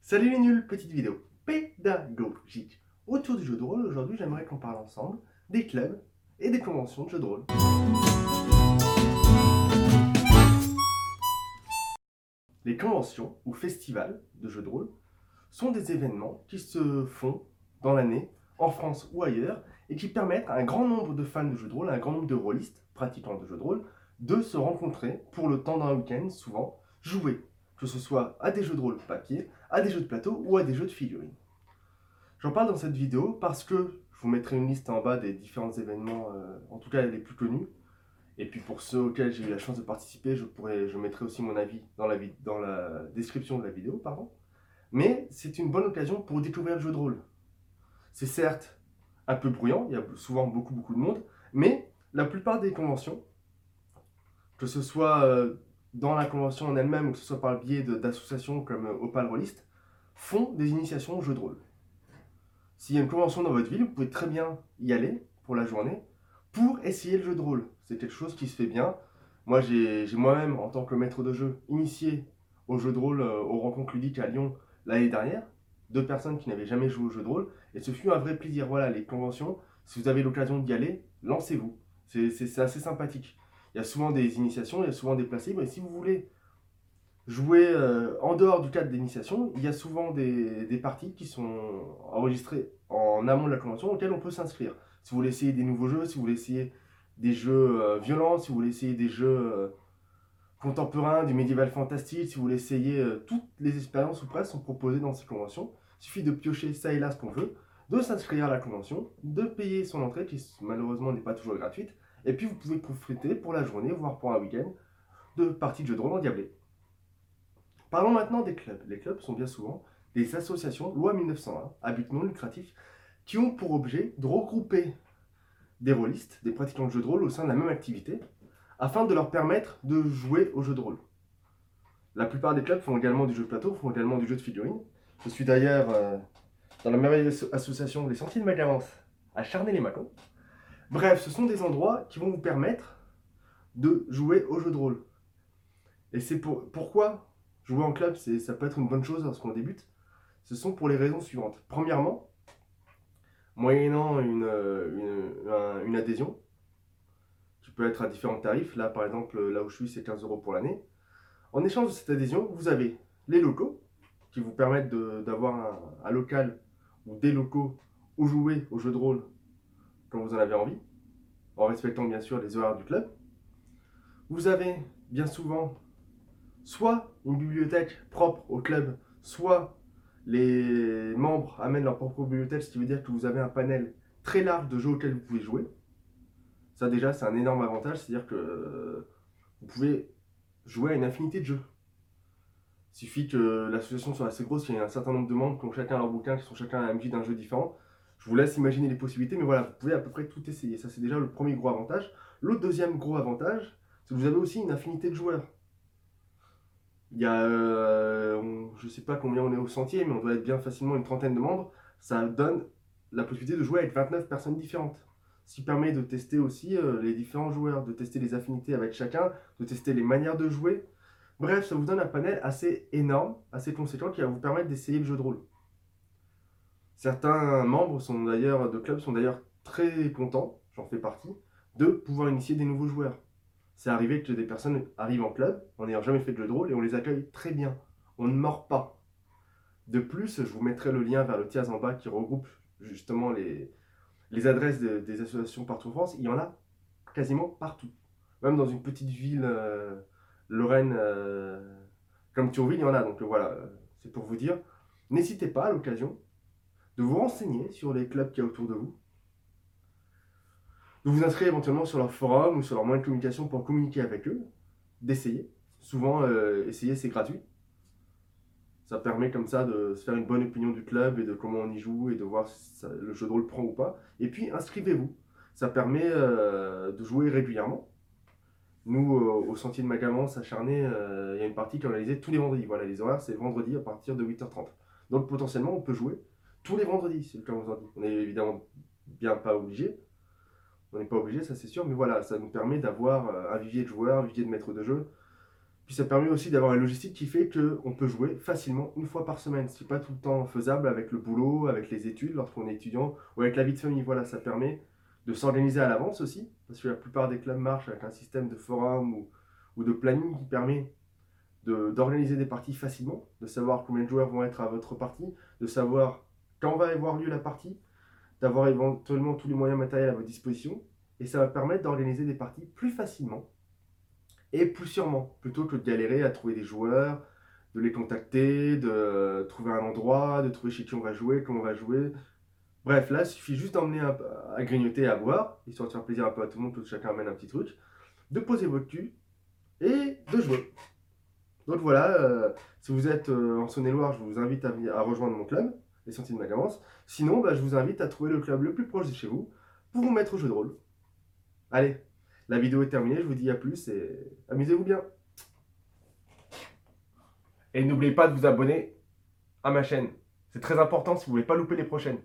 Salut les nuls, petite vidéo pédagogique autour du jeu de rôle. Aujourd'hui, j'aimerais qu'on parle ensemble des clubs et des conventions de jeux de rôle. Les conventions ou festivals de jeux de rôle sont des événements qui se font dans l'année, en France ou ailleurs, et qui permettent à un grand nombre de fans de jeux de rôle, à un grand nombre de rôlistes, pratiquants de jeux de rôle, de se rencontrer pour le temps d'un week-end, souvent jouer, que ce soit à des jeux de rôle papier, à des jeux de plateau ou à des jeux de figurines. J'en parle dans cette vidéo parce que je vous mettrai une liste en bas des différents événements, en tout cas les plus connus. Et puis pour ceux auxquels j'ai eu la chance de participer, je mettrai aussi mon avis dans la description de la vidéo, pardon. Mais c'est une bonne occasion pour découvrir le jeu de rôle. C'est certes un peu bruyant, il y a souvent beaucoup de monde, mais la plupart des conventions, que ce soit dans la convention en elle-même ou que ce soit par le biais d'associations comme Opal Rollist, font des initiations au jeu de rôle. S'il y a une convention dans votre ville, vous pouvez très bien y aller pour la journée pour essayer le jeu de rôle. C'est quelque chose qui se fait bien. Moi, j'ai moi-même, en tant que maître de jeu, initié au jeu de rôle, aux rencontres ludiques à Lyon l'année dernière. Deux personnes qui n'avaient jamais joué au jeu de rôle. Et ce fut un vrai plaisir. Voilà, les conventions, si vous avez l'occasion d'y aller, lancez-vous. C'est assez sympathique. Il y a souvent des initiations, il y a souvent des places libres. Et si vous voulez jouer en dehors du cadre d'initiation, il y a souvent des parties qui sont enregistrées en amont de la convention auxquelles on peut s'inscrire. Si vous voulez essayer des nouveaux jeux, si vous voulez essayer des jeux violents, si vous voulez essayer des jeux contemporains, du médiéval fantastique, si vous voulez essayer toutes les expériences ou presque sont proposées dans ces conventions. Il suffit de piocher ça et là ce qu'on veut, de s'inscrire à la convention, de payer son entrée qui malheureusement n'est pas toujours gratuite, et puis vous pouvez profiter pour la journée, voire pour un week-end, de parties de jeux de rôle endiablés. Parlons maintenant des clubs. Les clubs sont bien souvent des associations, loi 1901, à but non lucratif, qui ont pour objet de regrouper des rôlistes, des pratiquants de jeux de rôle au sein de la même activité, afin de leur permettre de jouer au jeu de rôle. La plupart des clubs font également du jeu de plateau, font également du jeu de figurines. Je suis d'ailleurs dans la merveilleuse association Les Sentiers de Magalance à Charnay-les-Mâcons. Bref, ce sont des endroits qui vont vous permettre de jouer au jeu de rôle. Et c'est pourquoi jouer en club, ça peut être une bonne chose lorsqu'on débute. Ce sont pour les raisons suivantes. Premièrement, moyennant une adhésion, qui peut être à différents tarifs. Là, par exemple, là où je suis, c'est 15 € pour l'année. En échange de cette adhésion, vous avez les locaux, qui vous permettent d'avoir un local ou des locaux où jouer au jeu de rôle quand vous en avez envie, en respectant bien sûr les horaires du club. Vous avez bien souvent soit une bibliothèque propre au club, soit les membres amènent leur propre bibliothèque, ce qui veut dire que vous avez un panel très large de jeux auxquels vous pouvez jouer. Ça déjà, c'est un énorme avantage, c'est-à-dire que vous pouvez jouer à une infinité de jeux. Il suffit que l'association soit assez grosse, qu'il y ait un certain nombre de membres qui ont chacun leur bouquin, qui sont chacun à MJ d'un jeu différent. Je vous laisse imaginer les possibilités, mais voilà, vous pouvez à peu près tout essayer. Ça, c'est déjà le premier gros avantage. L'autre deuxième gros avantage, c'est que vous avez aussi une infinité de joueurs. Il y a, je ne sais pas combien on est au sentier, mais on doit être bien facilement une trentaine de membres. Ça donne la possibilité de jouer avec 29 personnes différentes. Ce qui permet de tester aussi les différents joueurs, de tester les affinités avec chacun, de tester les manières de jouer. Bref, ça vous donne un panel assez énorme, assez conséquent, qui va vous permettre d'essayer le jeu de rôle. Certains membres de clubs sont d'ailleurs très contents, j'en fais partie, de pouvoir initier des nouveaux joueurs. C'est arrivé que des personnes arrivent en club en n'ayant jamais fait de jeu de rôle et on les accueille très bien. On ne mord pas. De plus, je vous mettrai le lien vers le Tiaz en bas qui regroupe justement les adresses des associations partout en France. Il y en a quasiment partout. Même dans une petite ville lorraine comme Thionville, il y en a. Donc voilà, c'est pour vous dire. N'hésitez pas à l'occasion de vous renseigner sur les clubs qu'il y a autour de vous, de vous inscrire éventuellement sur leur forum ou sur leur moyen de communication pour communiquer avec eux, d'essayer. Souvent, essayer, c'est gratuit. Ça permet comme ça de se faire une bonne opinion du club et de comment on y joue et de voir si le jeu de rôle prend ou pas. Et puis, inscrivez-vous. Ça permet de jouer régulièrement. Nous, au Sentier de Magamance à Charnay, il y a une partie qui est organisée tous les vendredis. Voilà, les horaires, c'est le vendredi à partir de 8h30. Donc, potentiellement, on peut jouer tous les vendredis, c'est le cas aujourd'hui. On n'est évidemment bien pas obligé. On n'est pas obligé, ça c'est sûr, mais voilà, ça nous permet d'avoir un vivier de joueurs, un vivier de maîtres de jeu Puis ça permet aussi d'avoir une logistique qui fait qu'on peut jouer facilement une fois par semaine. Ce n'est pas tout le temps faisable avec le boulot, avec les études, lorsqu'on est étudiant, ou avec la vie de famille. Voilà, ça permet de s'organiser à l'avance aussi, parce que la plupart des clubs marchent avec un système de forum ou de planning qui permet d'organiser des parties facilement, de savoir combien de joueurs vont être à votre partie, de savoir quand va avoir lieu la partie, d'avoir éventuellement tous les moyens matériels à votre disposition, et ça va permettre d'organiser des parties plus facilement et plus sûrement, plutôt que de galérer à trouver des joueurs, de les contacter, de trouver un endroit, de trouver chez qui on va jouer, comment on va jouer. Bref, là, il suffit juste d'emmener à grignoter et à boire, histoire de faire plaisir un peu à tout le monde, que chacun amène un petit truc, de poser votre cul et de jouer. Donc voilà, si vous êtes en Saône-et-Loire, je vous invite à rejoindre mon club, les Sentiers de Macamance. Sinon, je vous invite à trouver le club le plus proche de chez vous pour vous mettre au jeu de rôle. Allez, la vidéo est terminée, je vous dis à plus et amusez-vous bien. Et n'oubliez pas de vous abonner à ma chaîne. C'est très important si vous ne voulez pas louper les prochaines.